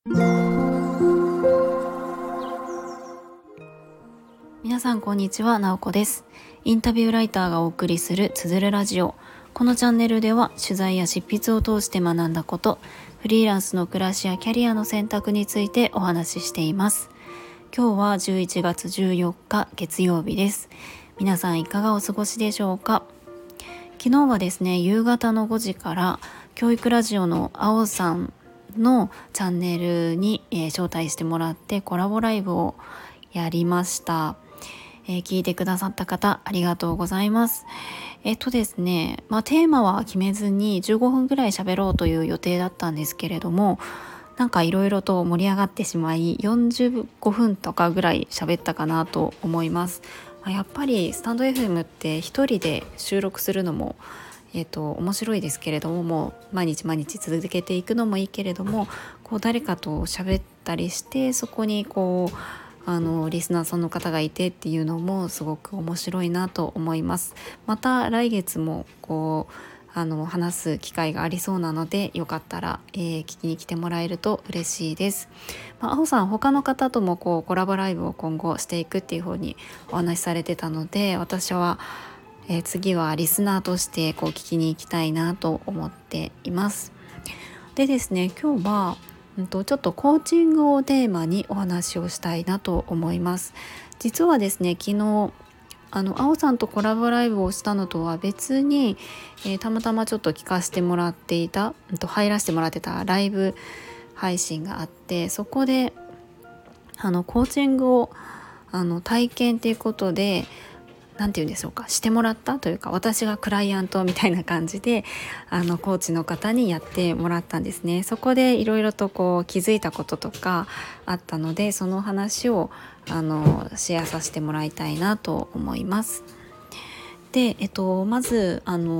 皆さんこんにちは、なおこです。インタビューライターがお送りするつづるラジオ。このチャンネルでは取材や執筆を通して学んだこと、フリーランスの暮らしやキャリアの選択についてお話ししています。今日は11月14日月曜日です。皆さんいかがお過ごしでしょうか。昨日はですね、夕方の5時から教育ラジオのあおさんのチャンネルに、招待してもらってコラボライブをやりました。聞いてくださった方ありがとうございます。ですね、テーマは決めずに15分ぐらい喋ろうという予定だったんですけれども、なんかいろいろと盛り上がってしまい45分とかぐらい喋ったかなと思います。やっぱりスタンド FM って一人で収録するのも面白いですけれども、もう毎日続けていくのもいいけれども、誰かと喋ったりして、そこにリスナーさんの方がいてっていうのもすごく面白いなと思います。また来月も話す機会がありそうなので、よかったら、聞きに来てもらえると嬉しいです。あおさん他の方ともコラボライブを今後していくっていう風にお話しされてたので、私は、次はリスナーとして聞きに行きたいなと思っています。でですね、今日はちょっとコーチングをテーマにお話をしたいなと思います。実はですね、昨日あおさんとコラボライブをしたのとは別に、たまたまちょっと聞かせてもらっていた、入らせてもらってたライブ配信があって、そこでコーチングを体験ということで、なんて言うんでしょうか、してもらったというか、私がクライアントみたいな感じでコーチの方にやってもらったんですね。そこでいろいろと気づいたこととかあったので、その話をシェアさせてもらいたいなと思います。で、まず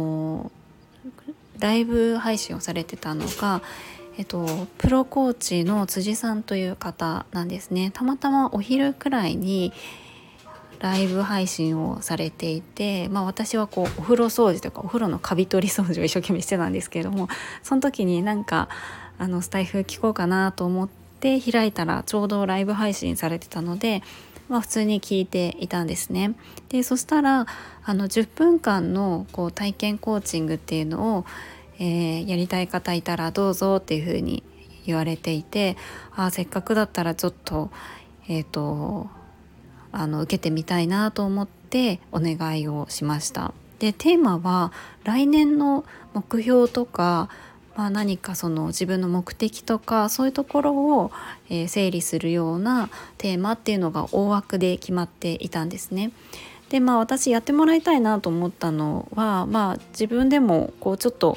ライブ配信をされてたのが、プロコーチの辻さんという方なんですね。たまたまお昼くらいにライブ配信をされていて、私はお風呂掃除とかお風呂のカビ取り掃除を一生懸命してたんですけれども、その時にスタイフ聞こうかなと思って開いたら、ちょうどライブ配信されてたので、普通に聞いていたんですね。でそしたら10分間の体験コーチングっていうのを、やりたい方いたらどうぞっていうふうに言われていて、せっかくだったらちょっと受けてみたいなと思ってお願いをしました。でテーマは来年の目標とか、何か自分の目的とか、そういうところを、整理するようなテーマっていうのが大枠で決まっていたんですね。で私やってもらいたいなと思ったのは、自分でもちょっと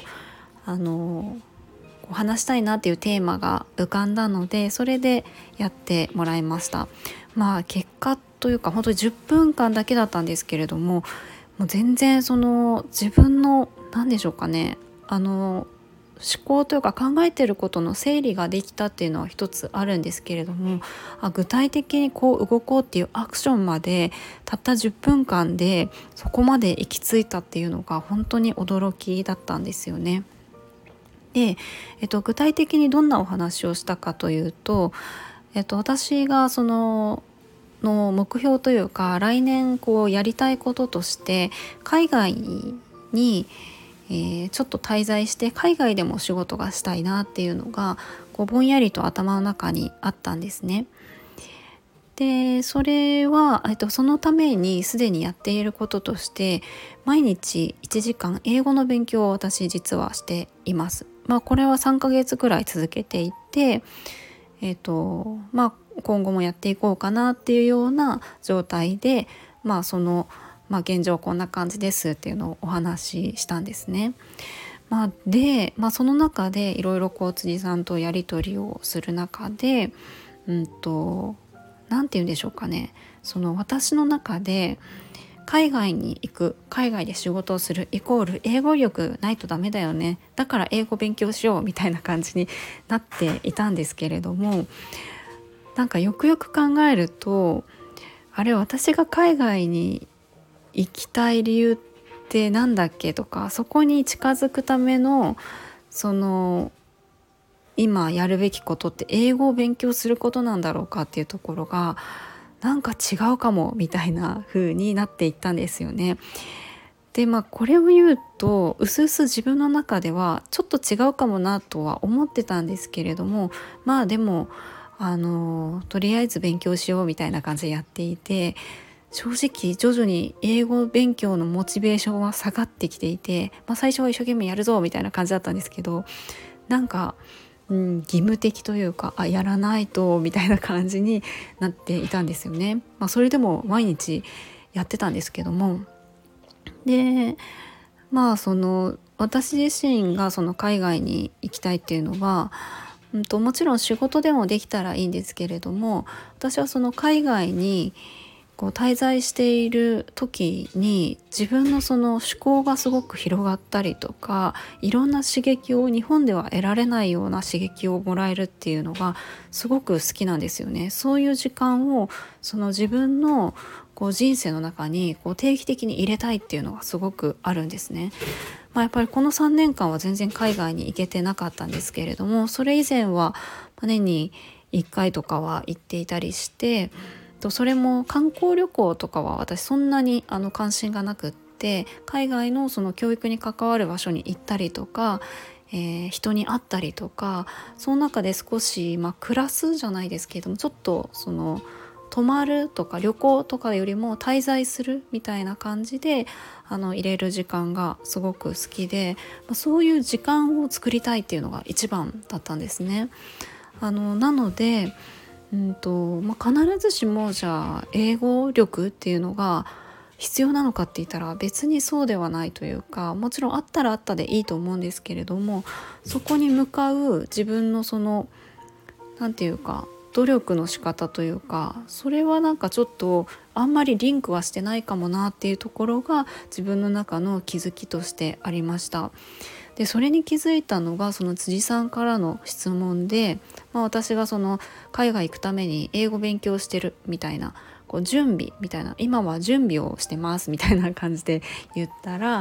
話したいなっていうテーマが浮かんだので、それでやってもらいました。結果というか本当に10分間だけだったんですけれども、もう全然自分の何でしょうかね、思考というか考えてることの整理ができたっていうのは一つあるんですけれども、具体的に動こうっていうアクションまでたった10分間でそこまで行き着いたっていうのが本当に驚きだったんですよね。で、具体的にどんなお話をしたかというと、私がの目標というか、来年やりたいこととして海外に、ちょっと滞在して海外でも仕事がしたいなっていうのがぼんやりと頭の中にあったんですね。でそれは、そのためにすでにやっていることとして、毎日1時間英語の勉強を私実はしています。これは3ヶ月くらい続けていて、今後もやっていこうかなっていうような状態で、現状こんな感じですっていうのをお話ししたんですね。で、その中でいろいろ辻さんとやり取りをする中で、なんて言うんでしょうかね、私の中で海外に行く、海外で仕事をするイコール英語力ないとダメだよね、だから英語勉強しようみたいな感じになっていたんですけれども、よくよく考えると、あれ私が海外に行きたい理由ってなんだっけとか、そこに近づくための今やるべきことって英語を勉強することなんだろうかっていうところがなんか違うかもみたいな風になっていったんですよね。でこれを言うと薄々自分の中ではちょっと違うかもなとは思ってたんですけれども、でもとりあえず勉強しようみたいな感じでやっていて、正直徐々に英語勉強のモチベーションは下がってきていて、最初は一生懸命やるぞみたいな感じだったんですけど、なんか、義務的というかやらないとみたいな感じになっていたんですよね。それでも毎日やってたんですけども、で私自身が海外に行きたいっていうのは、もちろん仕事でもできたらいいんですけれども、私は海外に滞在している時に自分の思考がすごく広がったりとか、いろんな刺激を日本では得られないような刺激をもらえるっていうのがすごく好きなんですよね。そういう時間を自分の人生の中に定期的に入れたいっていうのがすごくあるんですね。やっぱりこの3年間は全然海外に行けてなかったんですけれども、それ以前は年に1回とかは行っていたりして、それも観光旅行とかは私そんなに関心がなくって、海外の教育に関わる場所に行ったりとか、人に会ったりとか、その中で少し暮らすじゃないですけれども、ちょっと泊まるとか旅行とかよりも滞在するみたいな感じで入れる時間がすごく好きで、そういう時間を作りたいっていうのが一番だったんですね。なので必ずしもじゃあ英語力っていうのが必要なのかって言ったら別にそうではないというか、もちろんあったらあったでいいと思うんですけれども、そこに向かう自分のなんていうか努力の仕方というか、それはなんかちょっとあんまりリンクはしてないかもなっていうところが自分の中の気づきとしてありました。でそれに気づいたのが辻さんからの質問で、私が海外行くために英語勉強してるみたいな準備みたいな、今は準備をしてますみたいな感じで言ったら、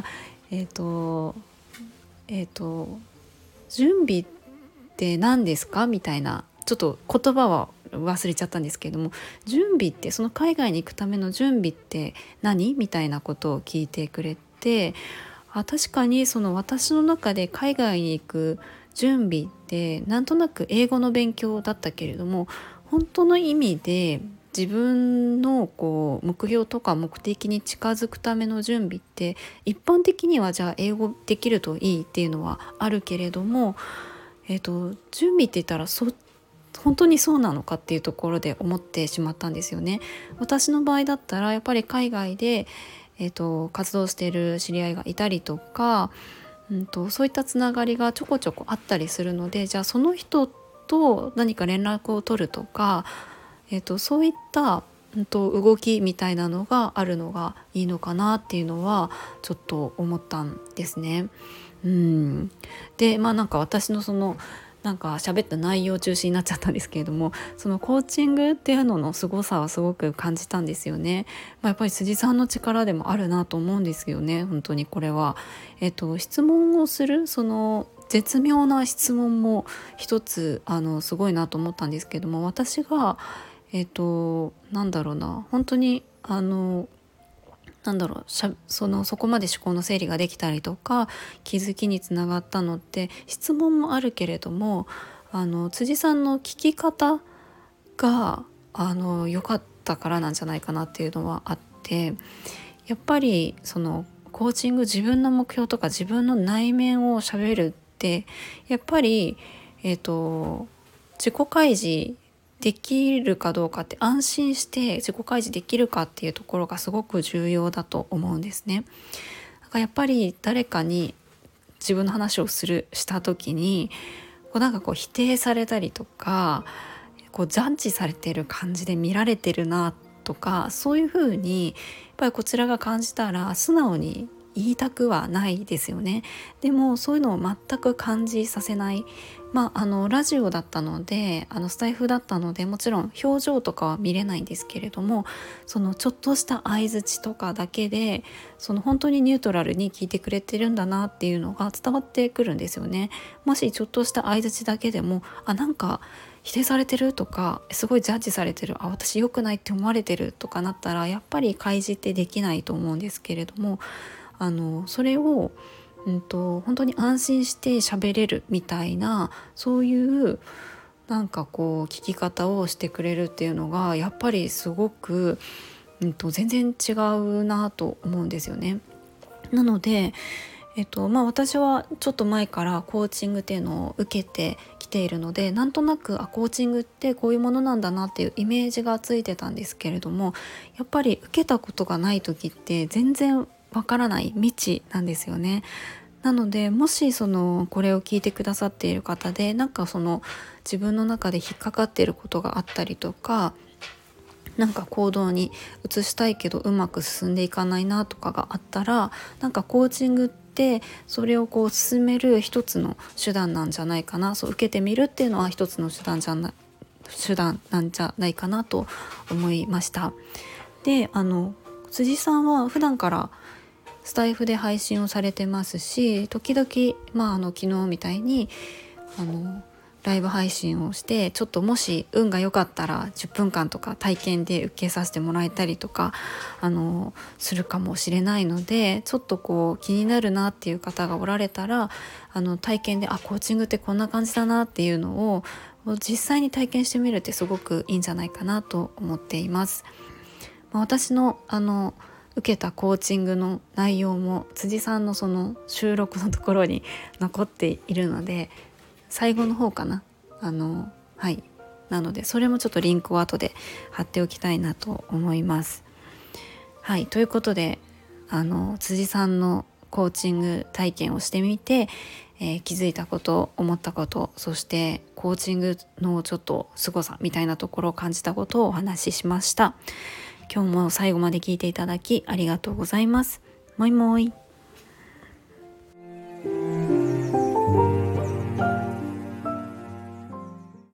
準備って何ですかみたいな、ちょっと言葉は忘れちゃったんですけれども、準備って海外に行くための準備って何みたいなことを聞いてくれて、確かに私の中で海外に行く準備ってなんとなく英語の勉強だったけれども、本当の意味で自分の目標とか目的に近づくための準備って一般的にはじゃあ英語できるといいっていうのはあるけれども、準備って言ったら本当にそうなのかっていうところで思ってしまったんですよね。私の場合だったらやっぱり海外で活動している知り合いがいたりとか、そういったつながりがちょこちょこあったりするので、じゃあその人と何か連絡を取るとか、そういった、動きみたいなのがあるのがいいのかなっていうのはちょっと思ったんですね。でなんか私のなんか喋った内容中心になっちゃったんですけれども、コーチングっていうのの凄さはすごく感じたんですよね。やっぱり辻さんの力でもあるなと思うんですよね。本当にこれは、質問をする絶妙な質問も一つすごいなと思ったんですけども、私がなんだろうな、本当にそこまで思考の整理ができたりとか気づきにつながったのって、質問もあるけれども辻さんの聞き方が良かったからなんじゃないかなっていうのはあって、やっぱりコーチング、自分の目標とか自分の内面を喋るってやっぱり自己開示できるかどうかって、安心して自己開示できるかっていうところがすごく重要だと思うんですね。だからやっぱり誰かに自分の話をした時になんか否定されたりとかジャッジされてる感じで見られてるなとか、そういう風にやっぱりこちらが感じたら素直に言いたくはないですよね。でもそういうのを全く感じさせない、ラジオだったのでスタイフだったのでもちろん表情とかは見れないんですけれども、そのちょっとした相槌とかだけで本当にニュートラルに聞いてくれてるんだなっていうのが伝わってくるんですよね。もしちょっとした相槌だけでもなんか否定されてるとかすごいジャッジされてる、私良くないって思われてるとかなったらやっぱり開示ってできないと思うんですけれども、それを本当に安心して喋れるみたいな、そういう聞き方をしてくれるっていうのがやっぱりすごく、全然違うなと思うんですよね。なので、私はちょっと前からコーチングっていうのを受けてきているので、なんとなくコーチングってこういうものなんだなっていうイメージがついてたんですけれども、やっぱり受けたことがない時って全然わからない未知なんですよね。なのでもしこれを聞いてくださっている方で自分の中で引っかかっていることがあったりとか、行動に移したいけどうまく進んでいかないなとかがあったら、コーチングってそれを進める一つの手段なんじゃないかな、受けてみるっていうのは一つの手段なんじゃないかなと思いました。で辻さんは普段からスタイフで配信をされてますし、時々、昨日みたいにライブ配信をして、ちょっともし運が良かったら10分間とか体験で受けさせてもらえたりとかするかもしれないので、ちょっと気になるなっていう方がおられたら体験でコーチングってこんな感じだなっていうのを実際に体験してみるってすごくいいんじゃないかなと思っています。私の受けたコーチングの内容も辻さんの収録のところに残っているので、最後の方かな、なのでそれもちょっとリンクを後で貼っておきたいなと思います。ということで辻さんのコーチング体験をしてみて、気づいたこと、思ったこと、そしてコーチングのちょっと凄さみたいなところを感じたことをお話ししました。今日も最後まで聞いていただきありがとうございます。もいもい。